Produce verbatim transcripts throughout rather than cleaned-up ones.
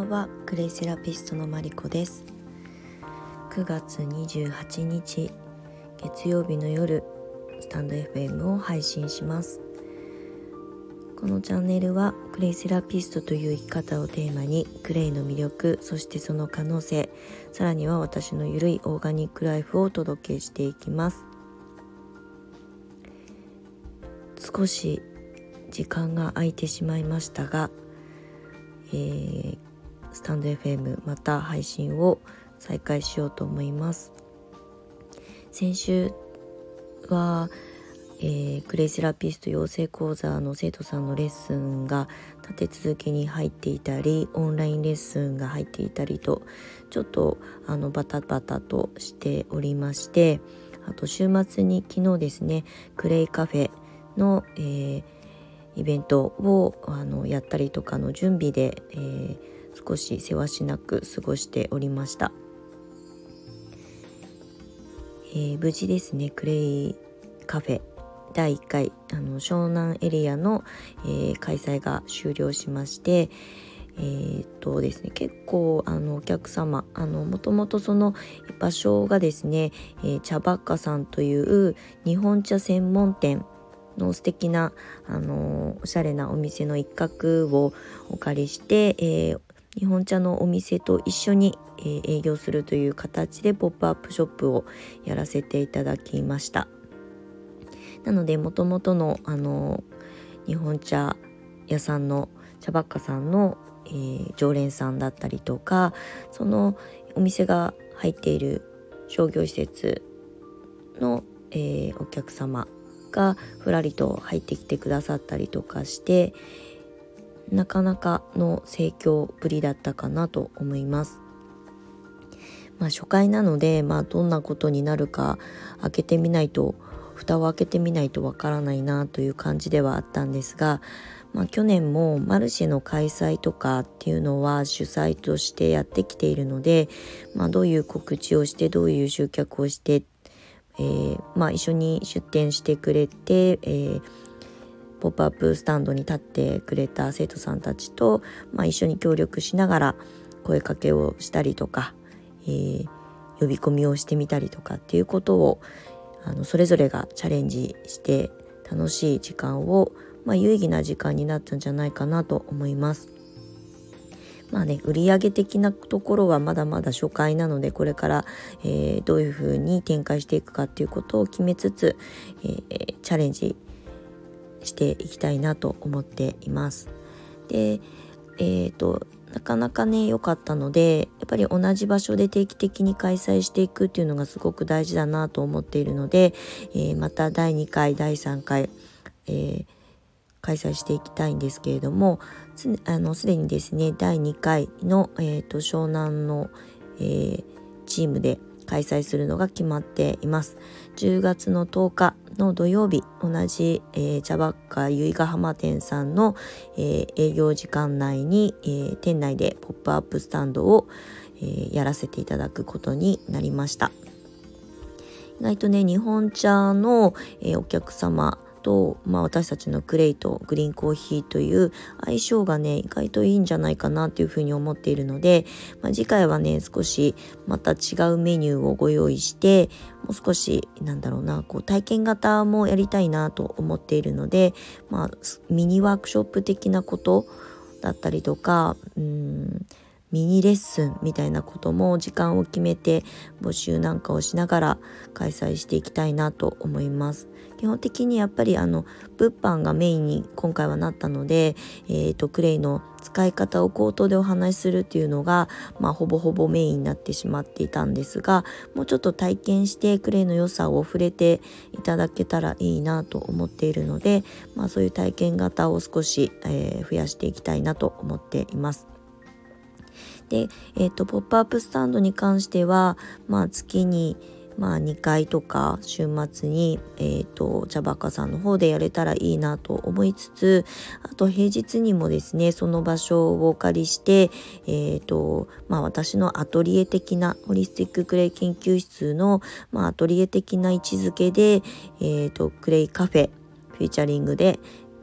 んは。クレイセラピストのマリコです。くがつにじゅうはちにち月曜日の夜、スタンド エフエム を配信します。このチャンネルはクレイセラピストという生き方をテーマに、クレイの魅力、そしてその可能性、さらには私のゆるいオーガニックライフをお届けしていきます。少し時間が空いてしまいましたが、えー、スタンド エフエム また配信を再開しようと思います。先週は、えー、クレイセラピスト養成講座の生徒さんのレッスンが立て続けに入っていたり、オンラインレッスンが入っていたりと、ちょっとあのバタバタとしておりまして、あと週末に昨日ですね、クレイカフェの、えーイベントをあのやったりとかの準備で、えー、少しせわしなく過ごしておりました。えー、無事ですね、クレイカフェだいいっかいあの湘南エリアの、えー、開催が終了しまして、えー、っとですね結構あのお客様、あのもともとその場所がですね、えー、茶ばっかさんという日本茶専門店の素敵なあのおしゃれなお店の一角をお借りして、えー、日本茶のお店と一緒に、えー、営業するという形でポップアップショップをやらせていただきました。なので元々のあの日本茶屋さんの茶ばっかさんの、えー、常連さんだったりとか、そのお店が入っている商業施設の、えー、お客様がふらりと入ってきてくださったりとかして、なかなかの盛況ぶりだったかなと思います。まあ、初回なので、まあ、どんなことになるか開けてみないと蓋を開けてみないとわからないなという感じではあったんですが、まあ、去年もマルシェの開催とかっていうのは主催としてやってきているので、まあ、どういう告知をしてどういう集客をしてえーまあ、一緒に出店してくれて、えー、ポップアップスタンドに立ってくれた生徒さんたちと、まあ、一緒に協力しながら声かけをしたりとか、えー、呼び込みをしてみたりとかっていうことをあのそれぞれがチャレンジして楽しい時間を、まあ、有意義な時間になったんじゃないかなと思います。まあね、売上的なところはまだまだ初回なので、これから、えー、どういうふうに展開していくかっていうことを決めつつ、えー、チャレンジしていきたいなと思っています。で、えーと、なかなかね良かったので、やっぱり同じ場所で定期的に開催していくっていうのがすごく大事だなと思っているので、えー、まただいにかいだいさんかい、えー開催していきたいんですけれども、すあのすでにですねだいにかいの、えー、と湘南の、えー、チームで開催するのが決まっています。じゅうがつのとおかの土曜日、同じ、えー、茶ばっか由比ヶ浜店さんの、えー、営業時間内に、えー、店内でポップアップスタンドを、えー、やらせていただくことになりました。意外とね日本茶の、えー、お客様と、まあ、私たちのクレイとグリーンコーヒーという相性がね意外といいんじゃないかなというふうに思っているので、まあ、次回はね少しまた違うメニューをご用意して、もう少しなんだろうなこう体験型もやりたいなと思っているので、まあ、ミニワークショップ的なことだったりとか、うーんミニレッスンみたいなことも時間を決めて募集なんかをしながら開催していきたいなと思います。基本的にやっぱりあの物販がメインに今回はなったので、えーと、クレイの使い方を口頭でお話しするっていうのが、まあ、ほぼほぼメインになってしまっていたんですが、もうちょっと体験してクレイの良さを触れていただけたらいいなと思っているので、まあ、そういう体験型を少し、えー増やしていきたいなと思っています。で、えーと、ポップアップスタンドに関しては、まあ、月に、まあ、にかいとか週末に、えーと、茶ばっかさんの方でやれたらいいなと思いつつ、あと平日にもですねその場所をお借りして、えーとまあ、私のアトリエ的なホリスティッククレイ研究室の、まあ、アトリエ的な位置づけで、えーと、クレイカフェフィーチャリングで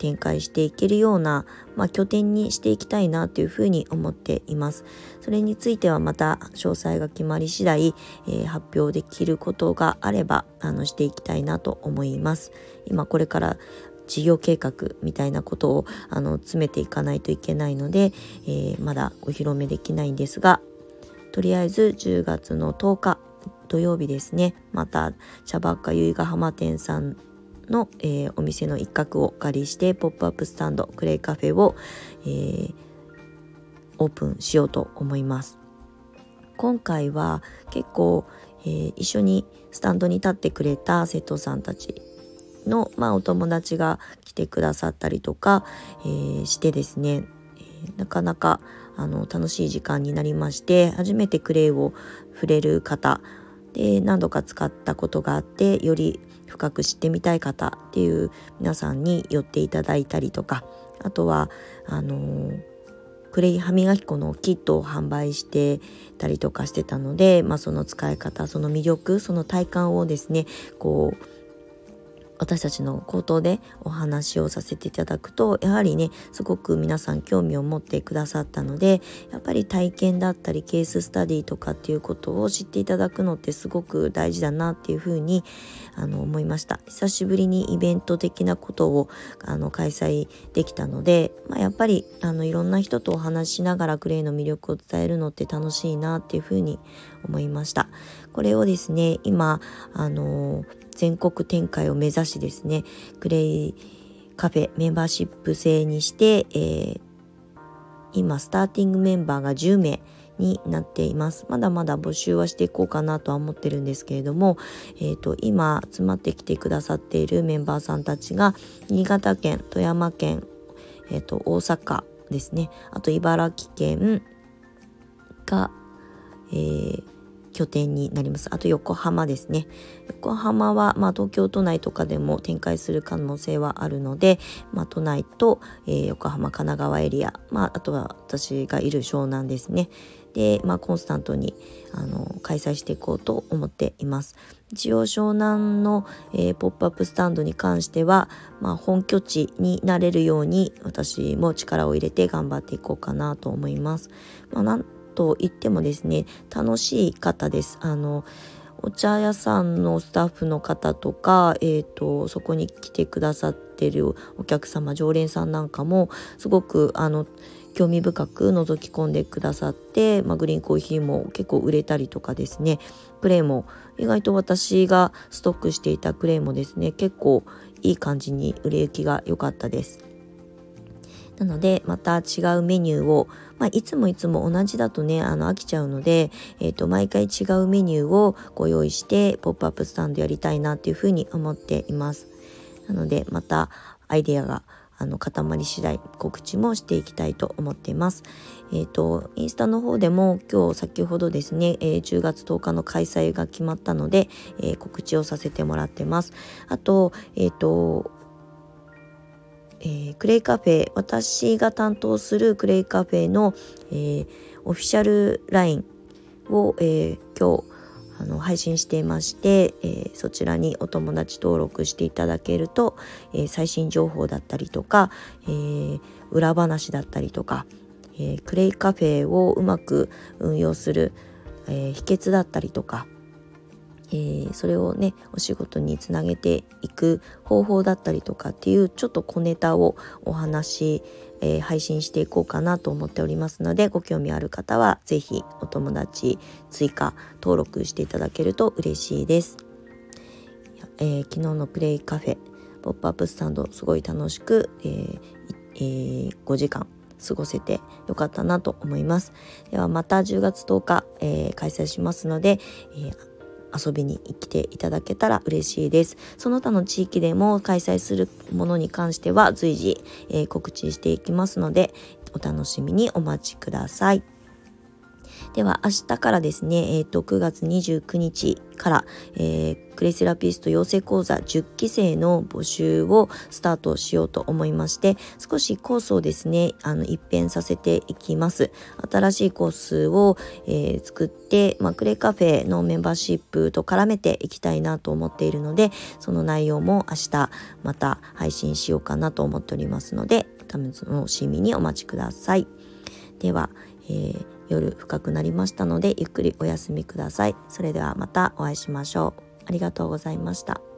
展開していけるような、まあ、拠点にしていきたいなというふうに思っています。それについてはまた詳細が決まり次第、えー、発表できることがあればあのしていきたいなと思います。今これから事業計画みたいなことをあの詰めていかないといけないので、えー、まだお披露目できないんですが、とりあえずじゅうがつのとおか土曜日ですね、また茶ばっか由比ヶ浜店さんの、えー、お店の一角をお借りしてポップアップスタンドクレイカフェを、えー、オープンしようと思います。今回は結構、えー、一緒にスタンドに立ってくれた生徒さんたちの、まあ、お友達が来てくださったりとか、えー、してですね、えー、なかなかあの楽しい時間になりまして、初めてクレイを触れる方で何度か使ったことがあってより深く知ってみたい方っていう皆さんに寄っていただいたりとか、あとはあのー、クレイ歯磨き粉のキットを販売してたりとかしてたので、まあ、その使い方、その魅力、その体感をですねこう私たちの口頭でお話をさせていただくと、やはりねすごく皆さん興味を持ってくださったので、やっぱり体験だったりケーススタディとかっていうことを知っていただくのってすごく大事だなっていうふうにあの思いました。久しぶりにイベント的なことをあの開催できたので、まあ、やっぱりあのいろんな人とお話ししながらクレイの魅力を伝えるのって楽しいなっていうふうに思いました。これをですね今あの全国展開を目指しですね、クレイカフェメンバーシップ制にして、えー、今スターティングメンバーがじゅうめいになっています。まだまだ募集はしていこうかなとは思ってるんですけれども、えーと、今集まってきてくださっているメンバーさんたちが新潟県、富山県、えーと、大阪ですね、あと茨城県が、えー拠点になります。あと横浜ですね。横浜は、まあ、東京都内とかでも展開する可能性はあるので、まあ、都内と、えー、横浜神奈川エリア、まあ、あとは私がいる湘南ですね。で、まあ、コンスタントにあの開催していこうと思っています。一応湘南の、えー、ポップアップスタンドに関しては、まあ、本拠地になれるように私も力を入れて頑張っていこうかなと思います。まあ、なんと言ってもですね楽しい方です。あのお茶屋さんのスタッフの方とか、えーと、そこに来てくださっているお客様、常連さんなんかもすごくあの興味深く覗き込んでくださって、まあ、グリーンコーヒーも結構売れたりとかですね、クレイも意外と私がストックしていたクレイもですね結構いい感じに売れ行きが良かったです。なのでまた違うメニューを、まあ、いつもいつも同じだとねあの飽きちゃうので、えーと、毎回違うメニューをご用意してポップアップスタンドやりたいなっていうふうに思っています。なのでまたアイデアがあの固まり次第告知もしていきたいと思っています。えーと、インスタの方でも今日先ほどですね、えー、じゅうがつとおかの開催が決まったので、えー、告知をさせてもらってます。あと、えーとえー、クレイカフェ、私が担当するクレイカフェの、えー、オフィシャル ライン を、えー、今日あの配信していまして、えー、そちらにお友達登録していただけると、えー、最新情報だったりとか、えー、裏話だったりとか、えー、クレイカフェをうまく運用する、えー、秘訣だったりとか、えー、それをねお仕事につなげていく方法だったりとかっていうちょっと小ネタをお話、えー、配信していこうかなと思っておりますので、ご興味ある方はぜひお友達追加登録していただけると嬉しいです。えー、昨日のプレイカフェポップアップスタンドすごい楽しく、えーえー、ごじかん過ごせてよかったなと思います。ではまたじゅうがつとおか、えー、開催しますので、えー遊びに来ていただけたら嬉しいです。その他の地域でも開催するものに関しては随時、えー、告知していきますのでお楽しみにお待ちください。 では明日からですね、えー、とくがつにじゅうくにちから、えー、クレイセラピスト養成講座じゅっきせいの募集をスタートしようと思いまして、少しコースをですねあの一変させていきます。新しいコースを、えー、作って、まあ、クレイカフェのメンバーシップと絡めていきたいなと思っているので、その内容も明日また配信しようかなと思っておりますので、お楽しみにお待ちください。では、えー、夜深くなりましたのでゆっくりお休みください。それではまたお会いしましょう。ありがとうございました。